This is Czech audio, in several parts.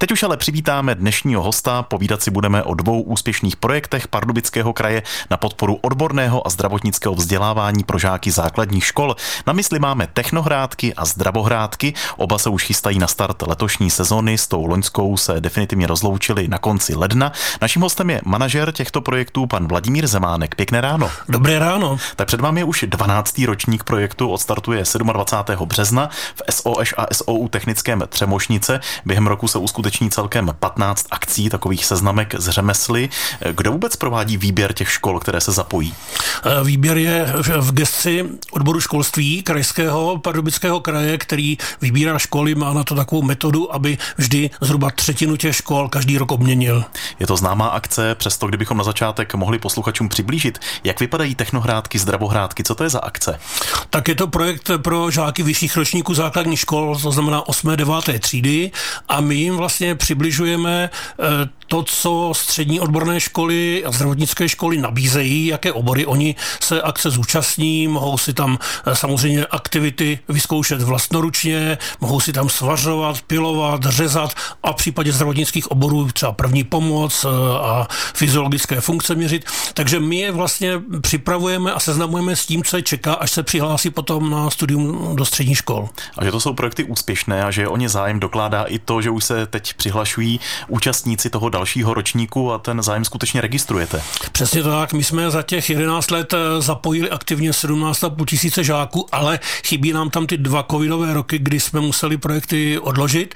Teď už ale přivítáme dnešního hosta, povídat si budeme o dvou úspěšných projektech Pardubického kraje na podporu odborného a zdravotnického vzdělávání pro žáky základních škol. Na mysli máme technohrádky a zdravohrádky, oba se už chystají na start letošní sezony, s tou loňskou se definitivně rozloučili na konci ledna. Naším hostem je manažer těchto projektů, pan Vladimír Zemánek. Pěkné ráno. Dobré ráno. Tak před vámi je už 12. ročník projektu, odstartuje 27. března v SOŠ a SOU Technickém Třemošnice. Během roku se uskuteční celkem 15 akcí, takových seznamek z řemesly. Kdo vůbec provádí výběr těch škol, které se zapojí? Výběr je v gesci odboru školství krajského Pardubického kraje, který vybírá školy, má na to takovou metodu, aby vždy zhruba třetinu těch škol každý rok obměnil. Je to známá akce, přesto kdybychom na začátek mohli posluchačům přiblížit, jak vypadají technohrádky, zdravohrádky, co to je za akce? Tak je to projekt pro žáky vyšších ročníků základních škol, to znamená 8. 9. třídy, a my jim vlastně přibližujeme to, co střední odborné školy a zdravotnické školy nabízejí, jaké obory oni se akce zúčastní, mohou si tam samozřejmě aktivity vyzkoušet vlastnoručně, mohou si tam svařovat, pilovat, řezat a v případě zdravotnických oborů třeba první pomoc a fyziologické funkce měřit. Takže my je vlastně připravujeme a seznamujeme s tím, co je čeká, až se přihlásí potom na studium do středních škol. A že to jsou projekty úspěšné a že o ně zájem dokládá i to, že už se teď přihlašují účastníci toho dalšího ročníku a ten zájem skutečně registrujete. Přesně tak, my jsme za těch 11 let zapojili aktivně 17,5 tisíce žáků, ale chybí nám tam ty 2 covidové roky, kdy jsme museli projekty odložit.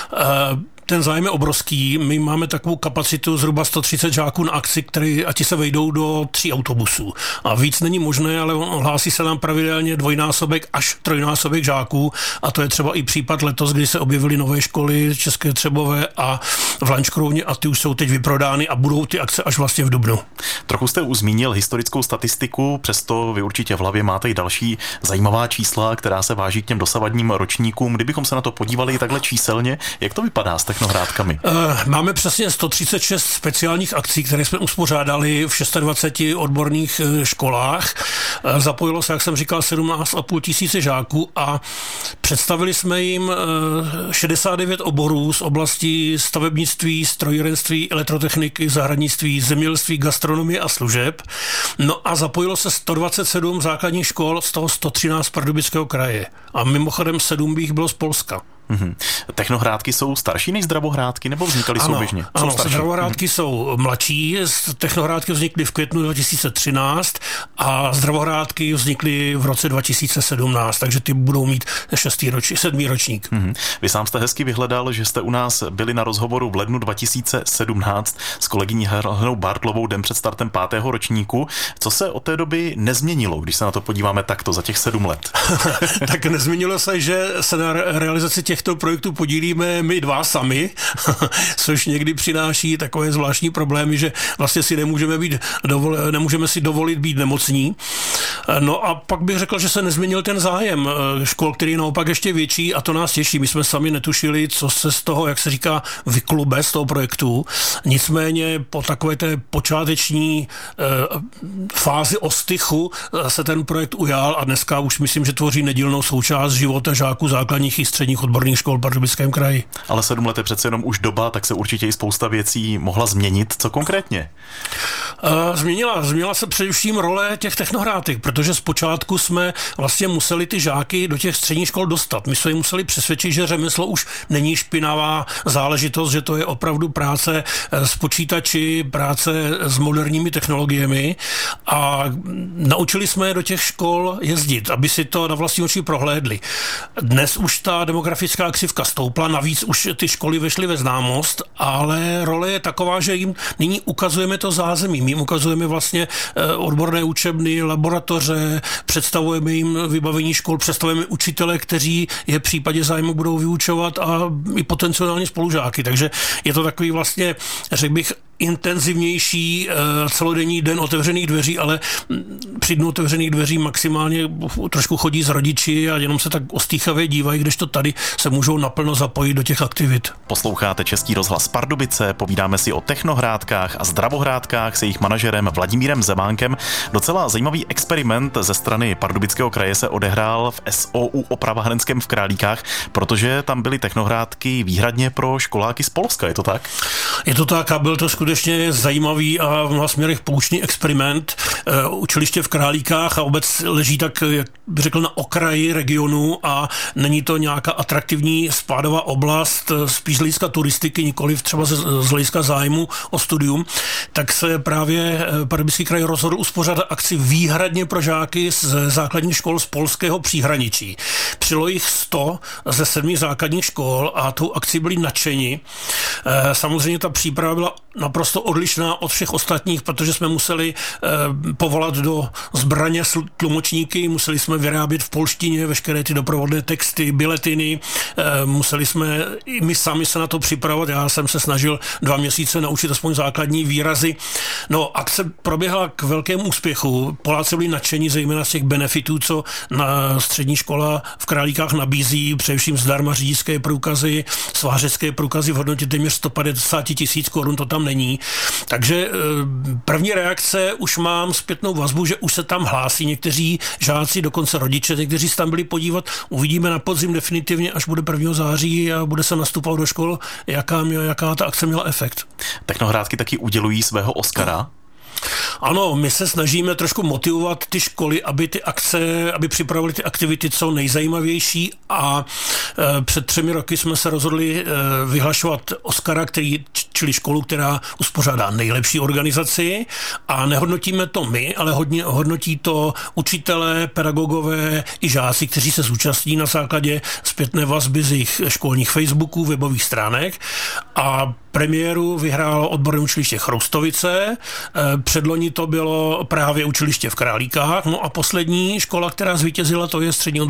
Ten zájem je obrovský. My máme takovou kapacitu zhruba 130 žáků na akci, a ti se vejdou do 3 autobusů. A víc není možné, ale hlásí se nám pravidelně dvojnásobek až trojnásobek žáků, a to je třeba i případ letos, kdy se objevily nové školy České Třebové a v Lanškrovně, a ty už jsou teď vyprodány a budou ty akce až vlastně v dubnu. Trochu jste už zmínil historickou statistiku, přesto vy určitě v hlavě máte i další zajímavá čísla, která se váží k těm dosavadním ročníkům. Kdybychom se na to podívali takhle číselně, jak to vypadá s technohrádkami? Máme přesně 136 speciálních akcí, které jsme uspořádali v 26 odborných školách. Zapojilo se, jak jsem říkal, 17,5 tisíce žáků a představili jsme jim 69 oborů z oblasti stavebnictví, strojírenství, elektrotechniky, zahradnictví, zemědělství, gastronomie a služeb. No a zapojilo se 127 základních škol, z toho 113 Pardubického kraje. A mimochodem 7 bych bylo z Polska. Technohrádky jsou starší než zdravohrádky, nebo vznikaly souběžně? Ano, zdravohrádky jsou mladší, technohrádky vznikly v květnu 2013 a zdravohrádky vznikly v roce 2017, takže ty budou mít 7. ročník. Vy sám jste hezky vyhledal, že jste u nás byli na rozhovoru v lednu 2017 s kolegyní Helenou Bartlovou den před startem 5. ročníku. Co se od té doby nezměnilo, když se na to podíváme takto za těch 7 let? Tak nezměnilo se, že se na realizaci těchto projektů podílíme my dva sami, což někdy přináší takové zvláštní problémy, že vlastně si nemůžeme si dovolit být nemocní. No a pak bych řekl, že se nezměnil ten zájem škol, který je naopak ještě větší, a to nás těší. My jsme sami netušili, co se z toho, jak se říká, vyklube z toho projektu. Nicméně po takové té počáteční fázi ostychu se ten projekt ujal a dneska už myslím, že tvoří nedílnou součást života žáků základních i středních odborných škol v Pardubickém kraji. Ale 7 let je přece jenom už doba, tak se určitě i spousta věcí mohla změnit. Co konkrétně? Změnila se především role těch technohrádek, protože zpočátku jsme vlastně museli ty žáky do těch středních škol dostat. My jsme jim museli přesvědčit, že řemeslo už není špinavá záležitost, že to je opravdu práce s počítači, práce s moderními technologiemi, a naučili jsme do těch škol jezdit, aby si to na vlastní oči prohlédli. Dnes už ta demografická křivka stoupla, navíc už ty školy vešly ve známost, ale role je taková, že jim nyní ukazujeme to zázemí. My jim ukazujeme vlastně odborné učebny, laboratoře, představujeme jim vybavení škol, představujeme učitele, kteří je v případě zájmu budou vyučovat, a i potenciálně spolužáky. Takže je to takový vlastně, řekl bych, intenzivnější celodenní den otevřených dveří, ale při dnu otevřených dveří maximálně trošku chodí s rodiči a jenom se tak ostýchavě dívají, kdežto tady se můžou naplno zapojit do těch aktivit. Posloucháte Český rozhlas Pardubice, povídáme si o technohrádkách a zdravohrádkách s jejich manažerem Vladimírem Zemánkem. Docela zajímavý experiment ze strany Pardubického kraje se odehrál v SOU Oprava Hraňském v Králíkách, protože tam byly technohrádky výhradně pro školáky z Polska, je to tak? Je to tak a byl to skutečně zajímavý a v mnoha směrech poučný experiment. Učiliště v Králíkách a obec leží tak, jak bych řekl, na okraji regionu a není to nějaká atraktivní spádová oblast, spíš z hlediska turistiky, nikoliv třeba z hlediska zájmu o studium, tak se právě Pardubický kraj rozhodl uspořádat akci výhradně pro žáky z základních škol z polského příhraničí. Přijelo jich 100 ze 7 základních škol a tou akci byli nadšeni. Samozřejmě ta příprava byla naprosto odlišná od všech ostatních, protože jsme museli povolat do zbraně tlumočníky, museli jsme vyrábět v polštině veškeré ty doprovodné texty, biletiny, museli jsme i my sami se na to připravovat. Já jsem se snažil 2 měsíce naučit aspoň základní výrazy. No, akce proběhla k velkému úspěchu. Poláci byli nadšení zejména z těch benefitů, co na střední škola v Králíkách nabízí, především zdarma řidičské průkazy, svářecké průkazy v hodnotě téměř 150 000 korun, to tam není. Takže první reakce, už mám zpětnou vazbu, že už se tam hlásí někteří žáci, dokonce rodiče, někteří se tam byli podívat. Uvidíme na podzim definitivně, až bude 1. září a bude se nastupovat do škol, jaká ta akce měla efekt. Technohrádky taky udělují svého Oscara? Ano, my se snažíme trošku motivovat ty školy, aby připravili ty aktivity co nejzajímavější a před 3 roky jsme se rozhodli vyhlašovat Oscara, čili školu, která uspořádá nejlepší organizaci a nehodnotíme to my, ale hodnotí to učitelé, pedagogové i žáci, kteří se zúčastní na základě zpětné vazby z jejich školních Facebooků, webových stránek a premiéru vyhrálo odborné učiliště Chroustovice, předloni to bylo právě učiliště v Králíkách, no a poslední škola, která zvítězila, to je střední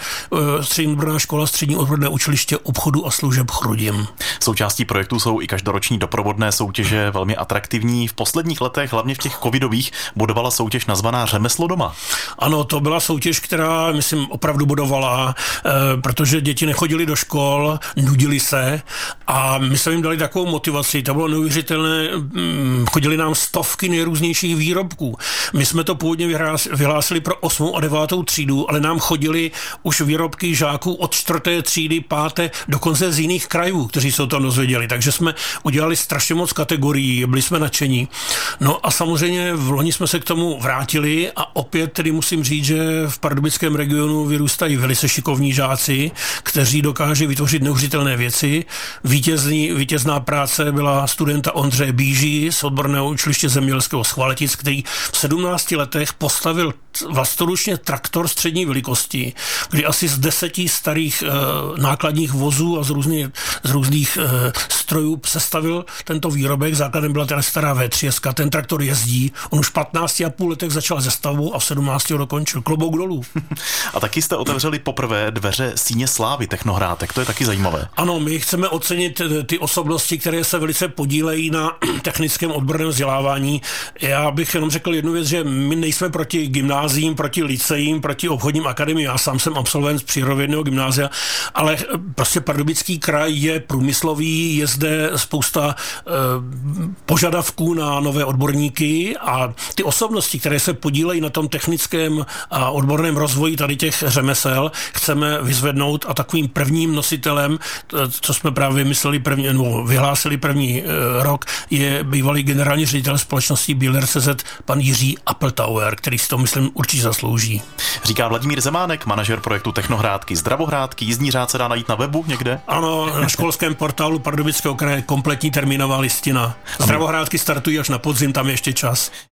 odborná škola, střední odborné učiliště obchodu a služeb Chrudim. Součástí projektu jsou i každoroční doprovodné soutěže, velmi atraktivní. V posledních letech, hlavně v těch covidových, budovala soutěž nazvaná Řemeslo doma. Ano, to byla soutěž, která, myslím, opravdu budovala, protože děti nechodily do škol, nudili se a my jsme jim dali takovou motivaci, to bylo neuvěřitelné, chodili nám stovky nejrůznějších výrobků. My jsme to původně vyhlásili pro 8. a 9. třídu, ale nám chodili už výrobky žáků od 4. třídy, 5. dokonce z jiných krajů, kteří se o tom dozvěděli. Takže jsme udělali strašně moc kategorií, byli jsme nadšení. No a samozřejmě v loni jsme se k tomu vrátili a opět tedy musím říct, že v pardubickém regionu vyrůstají velice šikovní žáci, kteří dokáží vytvořit neuvěřitelné věci. Vítězná práce byla studenta Ondřeje Bíží z odborného učiliště zemědělského z Chvaletic, který v 17 letech postavil vlastoručně traktor střední velikosti, kdy asi z 10 starých nákladních vozů a z různých strojů sestavil tento výrobek. Základem byla teda stará V3, ten traktor jezdí. On už v 15,5 letech začal se stavbou a v 17 dokončil. Klobouk dolů. A taky jste otevřeli poprvé dveře Síně slávy technohrádek, to je taky zajímavé. Ano, my chceme ocenit ty osobnosti, které se velice podílejí na technickém odborném vzdělávání. Já bych jenom řekl jednu věc, že my nejsme proti gymnáziím, proti lyceím, proti obchodním akademiím. Já sám jsem absolvent z přírodovědného gymnázia, ale prostě Pardubický kraj je průmyslový, je zde spousta požadavků na nové odborníky a ty osobnosti, které se podílejí na tom technickém a odborném rozvoji tady těch řemesel, chceme vyzvednout a takovým prvním nositelem, co jsme právě vyhlásili první rok, je bývalý generální ředitel společnosti Bieler.cz pan Jiří Appeltauer, který si to, myslím, určitě zaslouží. Říká Vladimír Zemánek, manažer projektu Technohrádky, zdravohrádky. Jízdní řád se dá najít na webu někde? Ano, na školském portálu Pardubického kraje kompletní termínová listina. Zdravohrádky startují až na podzim, tam je ještě čas.